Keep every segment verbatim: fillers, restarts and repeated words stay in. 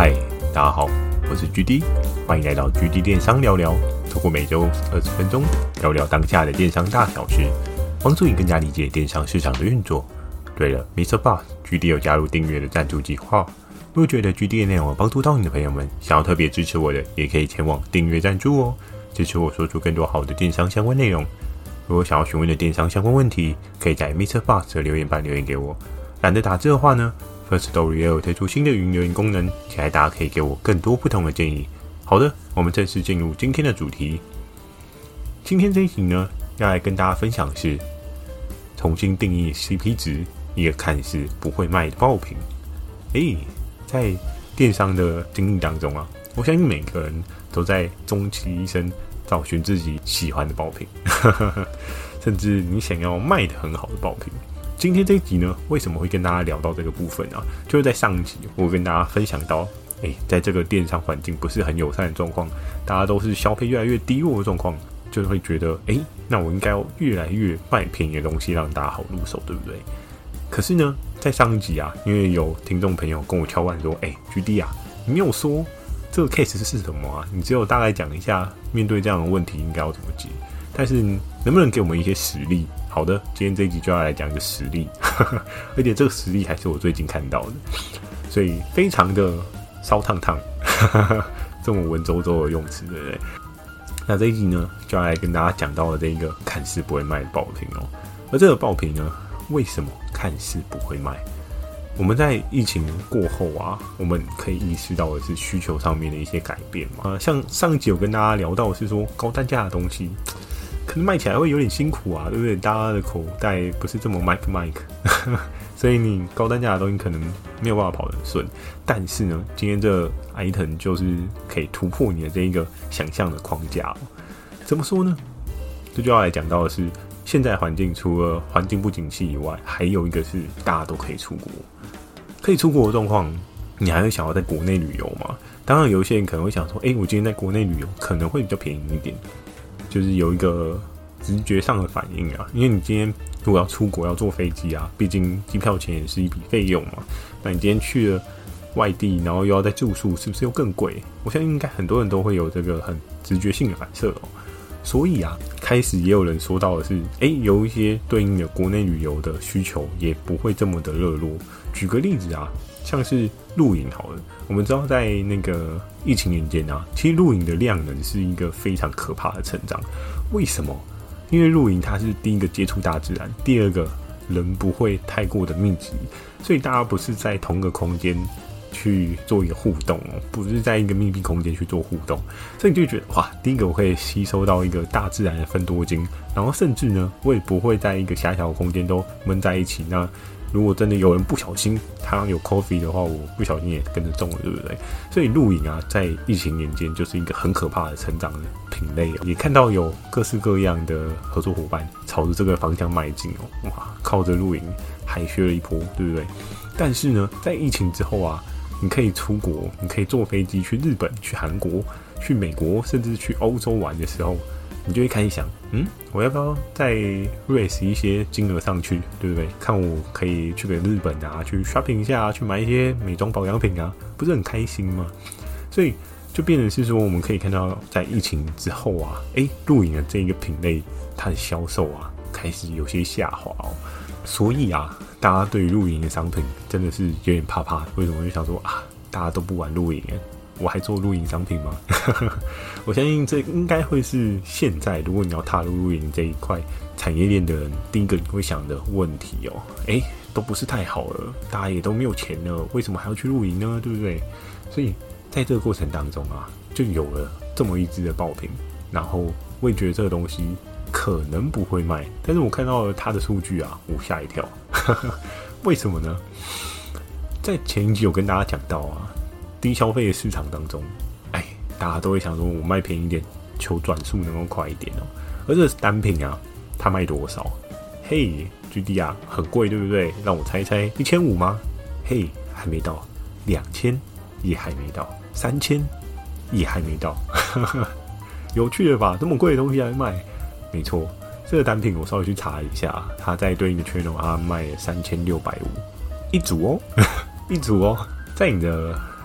嗨，大家好，我是 G D， 欢迎来到 G D 电商聊聊，透过每周二十分钟聊聊当下的电商大小事，帮助你更加理解电商市场的运作。对了 ，Mister Boss，G D 有加入订阅的赞助计划。如果觉得 G D 的内容有帮助到你的朋友们，想要特别支持我的，也可以前往订阅赞助哦，支持我说出更多好的电商相关内容。如果想要询问的电商相关问题，可以在 Mister Boss 的留言板留言给我。懒得打字的话呢，Firstory 也有推出新的语音留言功能，期待大家可以给我更多不同的建议。好的，我们正式进入今天的主题。今天这一集呢，要来跟大家分享的是重新定义 C P 值，一个看似不会卖的爆品。诶，在电商的经历当中啊，我相信每个人都在终其一生找寻自己喜欢的爆品，甚至你想要卖的很好的爆品。今天这一集呢，为什么会跟大家聊到这个部分啊？就是在上一集我跟大家分享到，诶，在这个电商环境不是很友善的状况，大家都是消费越来越低落的状况，就会觉得，诶，那我应该要越来越卖便宜的东西，让大家好入手，对不对？可是呢，在上一集啊，因为有听众朋友跟我敲碗说，诶 G D 啊，你没有说这个 case 是什么啊？你只有大概讲一下，面对这样的问题应该要怎么解，但是能不能给我们一些实例？好的，今天这一集就要来讲一个实例，而且这个实例还是我最近看到的，所以非常的烧烫烫，这么文绉绉的用词，对不对？那这一集呢，就要来跟大家讲到的这一个看似不会卖的爆品哦。而这个爆品呢，为什么看似不会卖？我们在疫情过后啊，我们可以意识到的是需求上面的一些改变嘛。呃，像上一集有跟大家聊到的是说，高单价的东西可能卖起来会有点辛苦啊，对不对？大家的口袋不是这么 Mike Mike， 所以你高单价的东西可能没有办法跑得很顺。但是呢，今天这个 item 就是可以突破你的这一个想象的框架哦。怎么说呢？这就要来讲到的是，现在环境除了环境不景气以外，还有一个是大家都可以出国。可以出国的状况，你还会想要在国内旅游吗？当然，有一些人可能会想说，诶，我今天在国内旅游可能会比较便宜一点。就是有一个直觉上的反应啊，因为你今天如果要出国要坐飞机啊，毕竟机票钱也是一笔费用嘛。那你今天去了外地，然后又要再住宿，是不是又更贵？我相信应该很多人都会有这个很直觉性的反射哦。所以啊，开始也有人说到的是，哎，有一些对应的国内旅游的需求也不会这么的热络。举个例子啊，像是露营好了，我们知道在那个疫情年间啊，其实露营的量能是一个非常可怕的成长。为什么？因为露营它是第一个接触大自然，第二个人不会太过的密集，所以大家不是在同一个空间去做一个互动哦，不是在一个密闭空间去做互动，所以你就觉得哇，第一个我可以吸收到一个大自然的芬多精，然后甚至呢，我也不会在一个狭小的空间都闷在一起。那如果真的有人不小心他有 coffee 的话，我不小心也跟着中了，对不对？所以露营啊，在疫情年间就是一个很可怕的成长的品类哦。也看到有各式各样的合作伙伴朝着这个方向迈进哦，哇，靠着露营海削了一波，对不对？但是呢，在疫情之后啊，你可以出国，你可以坐飞机去日本、去韩国、去美国，甚至去欧洲玩的时候，你就会开始想，嗯，我要不要再 raise 一些金额上去，对不对？看我可以去个日本啊，去 shopping 一下啊，去买一些美妆保养品啊，不是很开心吗？所以就变成是说，我们可以看到，在疫情之后啊，诶，露营的这一个品类，它的销售啊，开始有些下滑哦。所以啊，大家对于露营的商品真的是有点怕怕。为什么？我就想说啊，大家都不玩露营，我还做露营商品吗？我相信这应该会是现在如果你要踏入露营这一块产业链的人，第一个你会想的问题哦。诶，都不是太好了，大家也都没有钱了，为什么还要去露营呢？对不对？所以在这个过程当中啊，就有了这么一支的爆品，然后我也觉得这个东西可能不会卖，但是我看到了它的数据啊，我吓一跳。为什么呢？在前一集有跟大家讲到啊，低消费的市场当中，哎，大家都会想说，我卖便宜一点，求转速能够快一点哦。而这个单品啊，它卖多少？嘿 ，G D 啊，很贵，对不对？让我猜一猜，一千五吗？嘿，还没到，两千也还没到，三千也还没到，有趣了吧？这么贵的东西还卖？没错，这个单品我稍微去查一下，它在对应的 channel 它卖三千六百五一组哦，一组哦，在你的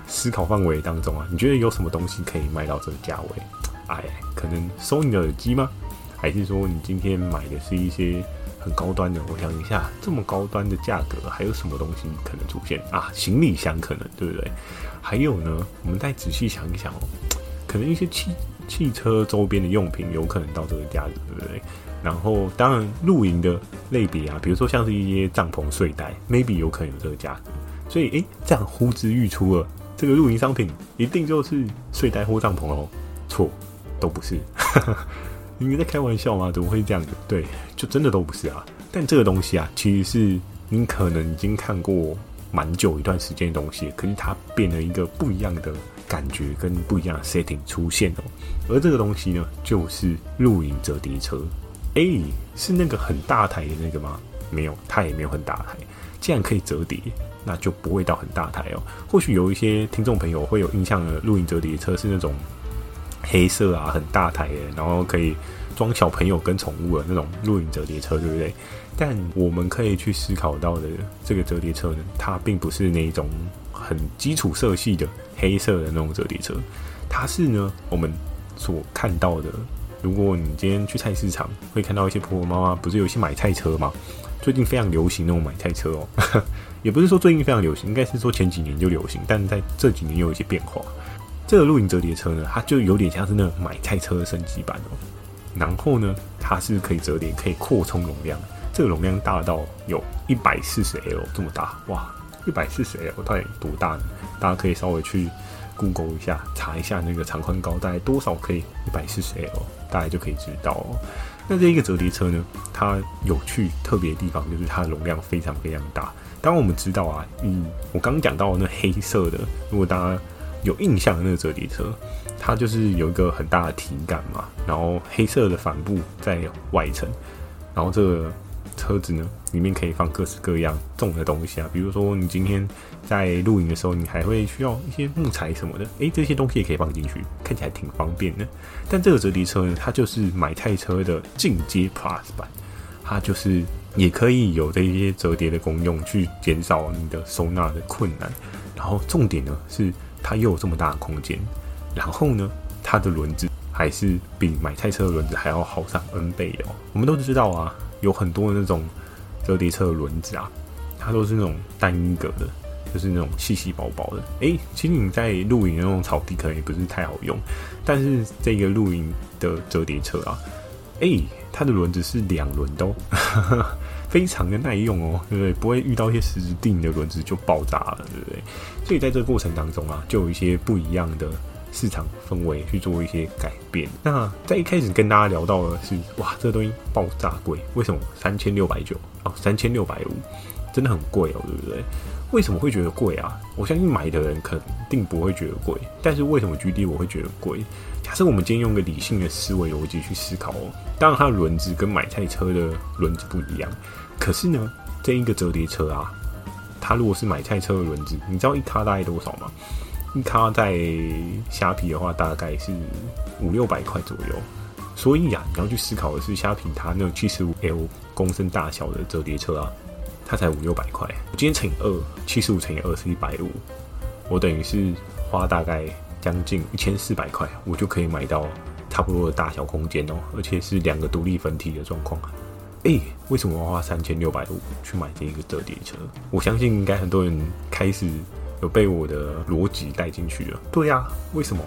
思考范围当中啊，你觉得有什么东西可以卖到这个价位？哎，可能Sony的耳机吗？还是说你今天买的是一些很高端的？我想一下，这么高端的价格，还有什么东西可能出现啊？行李箱可能，对不对？还有呢，我们再仔细想一想哦，可能一些汽汽车周边的用品有可能到这个价格，对不对？然后当然露营的类别啊，比如说像是一些帐篷、睡袋 ，maybe 有可能有这个价格。所以，诶，这样呼之欲出了，这个露营商品一定就是睡袋或帐篷哦？错，都不是。你们在开玩笑吗？怎么会这样子？对，就真的都不是啊。但这个东西啊，其实是你可能已经看过蛮久一段时间的东西，可是它变了一个不一样的感觉跟不一样的 setting 出现哦。而这个东西呢，就是露营折叠车。诶，是那个很大台的那个吗？没有，它也没有很大台。既然可以折叠，那就不会到很大台哦。或许有一些听众朋友会有印象的露营折叠车是那种黑色啊，很大台的，然后可以装小朋友跟宠物的那种露营折叠车，对不对？但我们可以去思考到的这个折叠车呢，它并不是那种很基础色系的黑色的那种折叠车，它是呢我们所看到的。如果你今天去菜市场，会看到一些婆婆妈妈，不是有一些买菜车吗？最近非常流行那种买菜车哦，也不是说最近非常流行，应该是说前几年就流行，但在这几年又有一些变化。这个露营折叠车呢，它就有点像是那个买菜车的升级版哦。然后呢，它是可以折叠，可以扩充容量，这个容量大到有 一百四十 L 这么大，哇 !一百四十 L 到底多大呢？大家可以稍微去 Google 一下，查一下那个长宽高大概多少可以 一百四十 L， 大概就可以知道哦。那这一个折叠车呢，它有趣特别的地方就是它的容量非常非常大。当然我们知道啊，嗯，我刚刚讲到的那黑色的，如果大家有印象的那个折叠车，它就是有一个很大的体感嘛，然后黑色的帆布在外层，然后这个车子呢里面可以放各式各样重的东西啊，比如说你今天在露营的时候，你还会需要一些木材什么的，诶，这些东西也可以放进去，看起来挺方便的。但这个折叠车呢，它就是买菜车的进阶 Plus 版，它就是也可以有这些折叠的功用，去减少你的收纳的困难。然后重点呢是它又有这么大的空间，然后呢它的轮子还是比买菜车的轮子还要好上 N 倍的哦。我们都知道啊，有很多那种折叠车的轮子啊，它都是那种单一格的，就是那种细细薄薄的。诶，其实你在露营的那种草地可能也不是太好用，但是这个露营的折叠车啊，诶，它的轮子是两轮的哦，非常的耐用哦，对不对？不会遇到一些实质定的轮子就爆炸了，对不对？所以在这个过程当中啊，就有一些不一样的市场氛围去做一些改变。那在一开始跟大家聊到的是，哇，这个东西爆炸贵，为什么三千六百九哦，三千六百五，真的很贵哦，对不对？为什么会觉得贵啊？我相信买的人肯定不会觉得贵，但是为什么 G D 我会觉得贵？假设我们今天用个理性的思维逻辑去思考哦，当然它的轮子跟买菜车的轮子不一样，可是呢，这一个折叠车啊，它如果是买菜车的轮子，你知道一卡大概多少吗？一卡在虾皮的话大概是五六百块左右，所以啊，你要去思考的是虾皮它那七十五 L 公升大小的折叠车啊，它才五六百块。我今天乘以二，七十五乘以二是一百五，我等于是花大概将近一千四百块，我就可以买到差不多的大小空间哦，而且是两个独立分体的状况。诶，为什么我要花三千六百五去买这个折叠车？我相信应该很多人开始有被我的逻辑带进去了。对啊，为什么？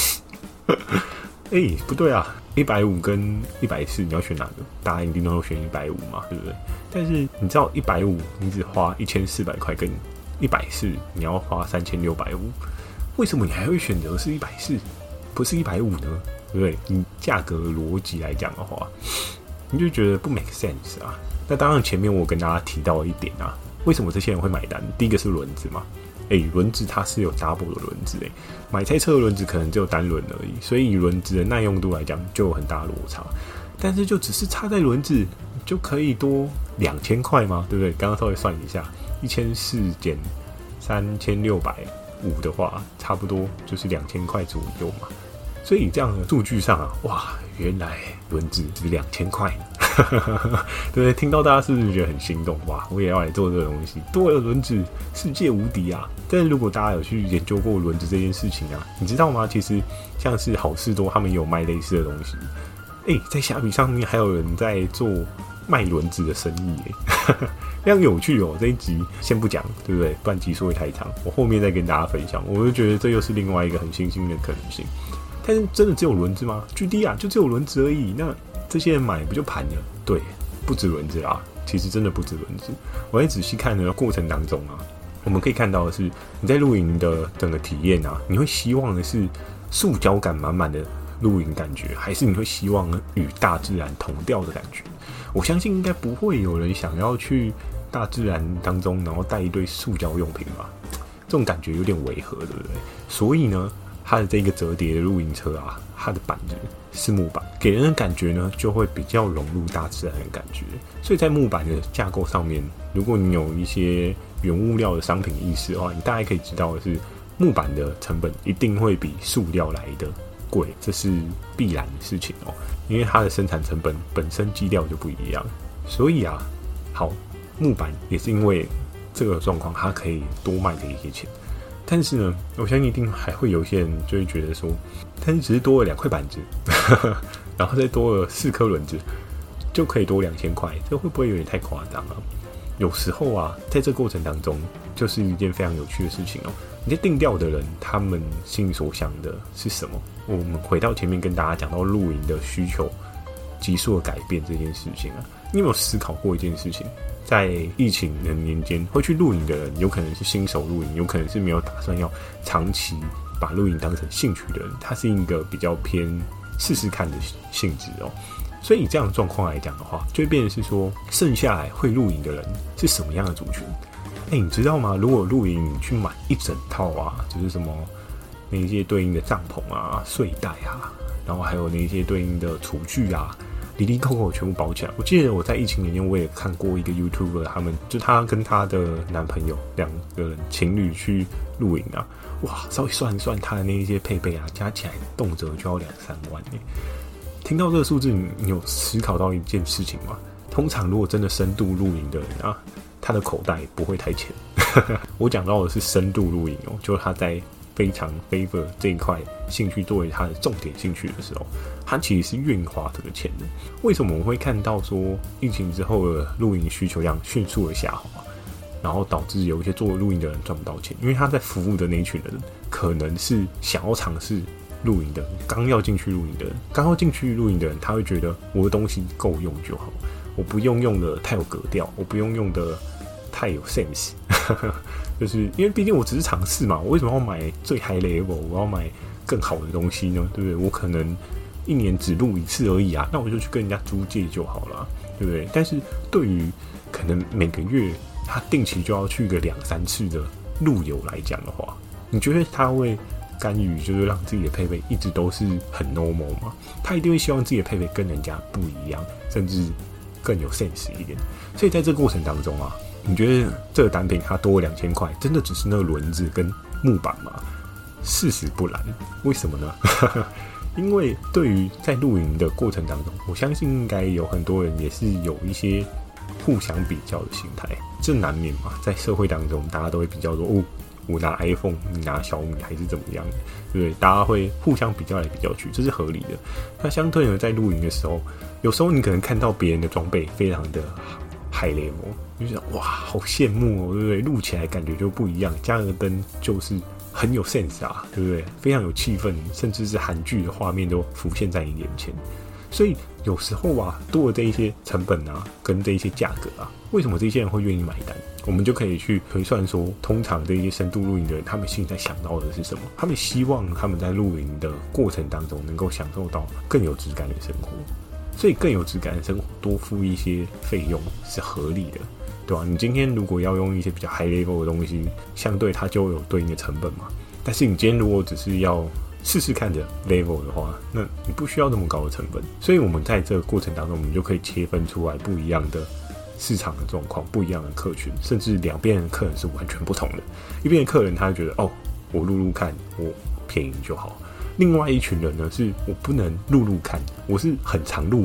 诶，不对啊，一百五跟一百四，你要选哪个？大家一定都选一百五嘛，对不对？但是你知道一百五你只花一千四百块，跟一百四你要花三千六百五，为什么你还会选择是一百四，不是一百五呢？对不对？你价格逻辑来讲的话，你就觉得不 make sense 啊。那当然，前面我跟大家提到了一点啊，为什么这些人会买单？第一个是轮子嘛，诶，轮子它是有 double 的轮子诶，买菜车的轮子可能只有单轮而已，所以以轮子的耐用度来讲就有很大的落差。但是就只是差在轮子就可以多两千块吗？对不对？刚刚稍微算一下，一千四减三千六百五的话，差不多就是两千块左右嘛。所以这样的数据上啊，哇，原来轮子是两千块呢。 对不对？听到大家是不是觉得很心动？哇，我也要来做这个东西，多了轮子，世界无敌啊！但是如果大家有去研究过轮子这件事情啊，你知道吗？其实像是好事多他们也有卖类似的东西。哎、欸，在虾皮上面还有人在做卖轮子的生意、欸，非常有趣哦。这一集先不讲，对不对？不然集数会太长，我后面再跟大家分享。我就觉得这又是另外一个很新兴的可能性。但是真的只有轮子吗 ？G D 啊，就只有轮子而已。那这些人买不就盘了？对，不止轮子啦，其实真的不止轮子。我在仔细看的过程当中啊，我们可以看到的是，你在露营的整个体验啊，你会希望的是塑胶感满满的露营感觉，还是你会希望与大自然同调的感觉？我相信应该不会有人想要去大自然当中，然后带一堆塑胶用品吧？这种感觉有点违和，对不对？所以呢，它的这个折叠的露营车啊，它的板子是木板，给人的感觉呢就会比较融入大自然的感觉。所以在木板的架构上面，如果你有一些原物料的商品意识的话，你大概可以知道的是，木板的成本一定会比塑料来的贵，这是必然的事情哦。因为它的生产成本本身基料就不一样，所以啊，好，木板也是因为这个状况，它可以多卖的一些钱。但是呢，我相信一定还会有一些人就会觉得说，但是只是多了两块板子，然后再多了四颗轮子，就可以多两千块，这会不会有点太夸张啊？有时候啊，在这过程当中，就是一件非常有趣的事情哦。你在定调的人，他们心里所想的是什么？我们回到前面跟大家讲到露营的需求急速的改变这件事情啊，你有没有思考过一件事情？在疫情的年间，会去露营的人，有可能是新手露营，有可能是没有打算要长期把露营当成兴趣的人，他是一个比较偏试试看的性质哦。所以以这样的状况来讲的话，就会变成是说，剩下来会露营的人是什么样的族群？哎、欸，你知道吗？如果露营你去买一整套啊，就是什么那些对应的帐篷啊、睡袋啊，然后还有那些对应的厨具啊，里里扣扣全部包起来。我记得我在疫情里面我也看过一个 YouTuber， 他们就她跟她的男朋友两个人情侣去露营啊，哇，稍微算一算他的那一些配备啊，加起来动辄就要两三万耶。听到这个数字，你你有思考到一件事情吗？通常如果真的深度露营的人啊，他的口袋不会太浅。我讲到的是深度露营哦，就是他在非常 favor 这一块兴趣作为他的重点兴趣的时候，他其实是愿意花这个钱的。为什么我们会看到说疫情之后的露营需求量迅速的下滑，然后导致有一些做露营的人赚不到钱？因为他在服务的那一群人，可能是想要尝试露营的，刚要进去露营的人，刚要进去露营的人，他会觉得我的东西够用就好，我不用用的太有格调，我不用用的太有 sense， 就是因为毕竟我只是尝试嘛，我为什么要买最 high level， 我要买更好的东西呢？对不对？我可能一年只露一次而已啊，那我就去跟人家租借就好了，对不对？但是对于可能每个月他定期就要去个两三次的露友来讲的话，你觉得他会甘于就是让自己的配备一直都是很 normal 吗？他一定会希望自己的配备跟人家不一样，甚至更有 sense 一点。所以在这个过程当中啊，你觉得这个单品它多了两千块，真的只是那个轮子跟木板吗？事实不然，为什么呢？因为对于在露营的过程当中，我相信应该有很多人也是有一些互相比较的心态，这难免嘛，在社会当中大家都会比较说哦，我拿 iPhone， 你拿小米还是怎么样，对不对？大家会互相比较来比较去，这是合理的。那相对呢，在露营的时候，有时候你可能看到别人的装备非常的 high level， 你就想哇，好羡慕哦，对不对？录起来感觉就不一样，加个灯就是很有 sense 啊，对不对？非常有气氛，甚至是韩剧的画面都浮现在你眼前。所以有时候啊，多了这一些成本啊，跟这一些价格啊，为什么这些人会愿意买单？我们就可以去推算说，通常这些深度露营的人，他们现在想到的是什么？他们希望他们在露营的过程当中，能够享受到更有质感的生活。所以更有质感的生活，多付一些费用是合理的，对吧？你今天如果要用一些比较 high level 的东西，相对它就有对应的成本嘛。但是你今天如果只是要试试看的 level 的话，那你不需要那么高的成本。所以我们在这个过程当中，我们就可以切分出来不一样的市场的状况，不一样的客群，甚至两边的客人是完全不同的。一边的客人他觉得哦，我录录看，我便宜就好。另外一群人呢，是我不能录录看，我是很常录诶、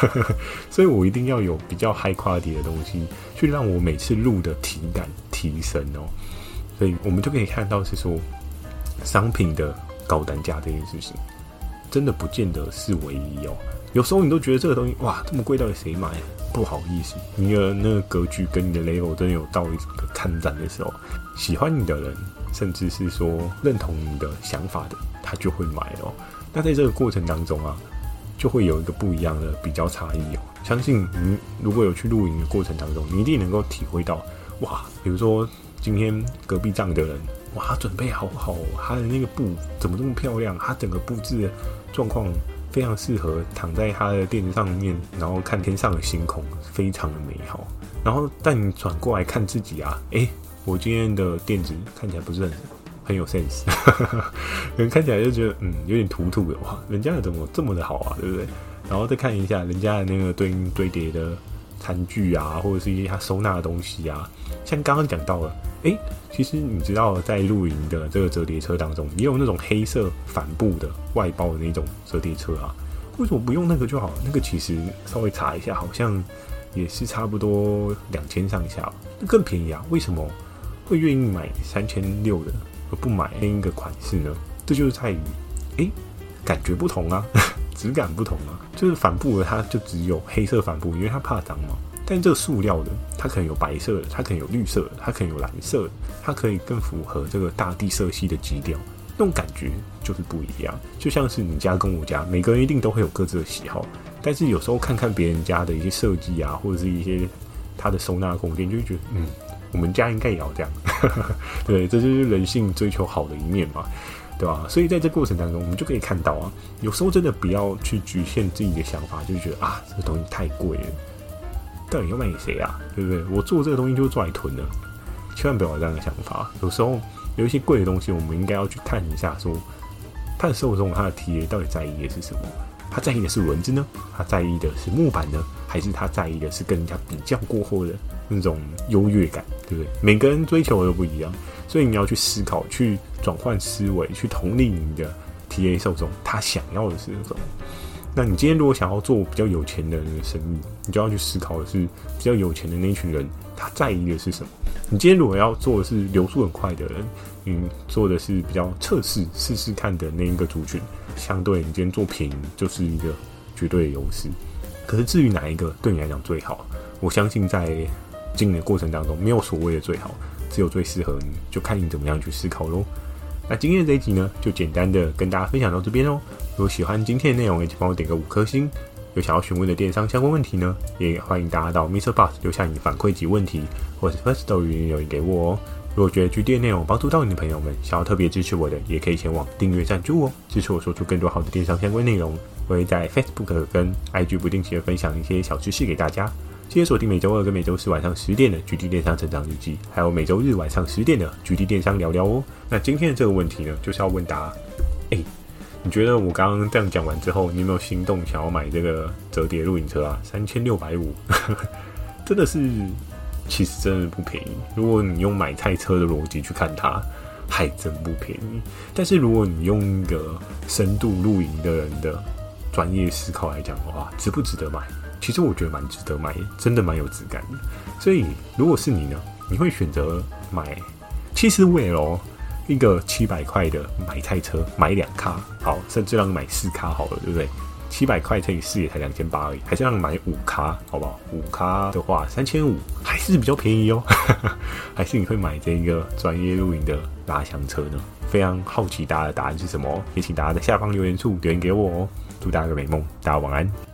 所以我一定要有比较 high quality 的东西，去让我每次录的体感提升哦。所以我们就可以看到是说，商品的高单价这件事情，真的不见得是唯一哦。有时候你都觉得这个东西哇这么贵，到底谁买？不好意思，你的那个格局跟你的 level 真的有到一个看展的时候，喜欢你的人，甚至是说认同你的想法的，他就会买哦。那在这个过程当中啊，就会有一个不一样的比较差异哦。相信你如果有去露营的过程当中，你一定能够体会到，哇，比如说今天隔壁帐的人，哇，他准备好好，他的那个布怎么这么漂亮？他整个布置的状况非常适合躺在他的垫子上面，然后看天上的星空，非常的美好。然后但你转过来看自己啊，诶，我今天的垫子看起来不是很很有 sense， 可能看起来就觉得嗯有点土土的，哇，人家的怎么这么的好啊，对不对？然后再看一下人家的那个对应堆叠的餐具啊，或者是一些他收纳的东西啊，像刚刚讲到了，诶，其实你知道在露营的这个折叠车当中，也有那种黑色帆布的外包的那种折叠车啊，为什么不用那个就好？那个其实稍微查一下，好像也是差不多两千上下，那更便宜啊，为什么会愿意买三千六的？不买另一个款式呢？这就是在于，哎，感觉不同啊，质感不同啊。就是帆布的，它就只有黑色帆布，因为它怕脏嘛。但这个塑料的，它可能有白色的，它可能有绿色的，它可能有蓝色的，它可以更符合这个大地色系的基调，那种感觉就是不一样。就像是你家跟我家，每个人一定都会有各自的喜好，但是有时候看看别人家的一些设计啊，或者是一些它的收纳空间，就会觉得，嗯。我们家应该也要这样，对，这就是人性追求好的一面嘛，对吧？所以在这过程当中，我们就可以看到啊，有时候真的不要去局限自己的想法，就觉得啊，这个东西太贵了，到底要卖给谁啊？对不对？我做这个东西就是做来囤的，千万不要有这样的想法。有时候有一些贵的东西，我们应该要去看一下，说他的受众、他的 T A 到底在意的是什么？他在意的是轮子呢？他在意的是木板呢？还是他在意的是跟人家比较过后的那种优越感，对不对？每个人追求的都不一样，所以你要去思考，去转换思维，去同理你的 T A 受众，他想要的是什么。那你今天如果想要做比较有钱的那个生意，你就要去思考的是比较有钱的那一群人，他在意的是什么。你今天如果要做的是流速很快的人，你做的是比较测试试试看的那一个族群，相对你今天做便宜就是一个绝对的优势。可是至于哪一个对你来讲最好，我相信在经营的过程当中没有所谓的最好，只有最适合你，就看你怎么样去思考咯。那今天的这一集呢，就简单的跟大家分享到这边哦。如果喜欢今天的内容，也请帮我点个五颗星。有想要询问的电商相关问题呢，也欢迎大家到 MixerBox 留下你的反馈及问题，或者是 Firstory 留言给我哦。如果觉得 G D 的内容帮助到你的朋友们，想要特别支持我的，也可以前往订阅赞助哦，支持我说出更多好的电商相关内容。我会在 Facebook 跟 I G 不定期的分享一些小知识给大家。记得锁定每周二跟每周四晚上十点的 G D 电商成长日记，还有每周日晚上十点的 G D 电商聊聊哦。那今天的这个问题呢，就是要问大家，哎、欸，你觉得我刚刚这样讲完之后，你有没有心动想要买这个折叠露营车啊？三千六百五，真的是，其实真的不便宜。如果你用买菜车的逻辑去看它，还真不便宜。但是如果你用一个深度露营的人的专业思考来讲的话，值不值得买？其实我觉得蛮值得买，真的蛮有质感的。所以如果是你呢，你会选择买？其实为了一个七百块的买菜车，买两咖，好，甚至让你买四咖好了，对不对？七百块乘以四也才两千八而已，还是让你买五咖，好不好？五咖的话三千五，还是比较便宜哦。还是你会买这个专业露营的拉箱车呢？非常好奇大家的答案是什么，也请大家在下方留言处留言给我哦。祝大家个美梦，大家晚安。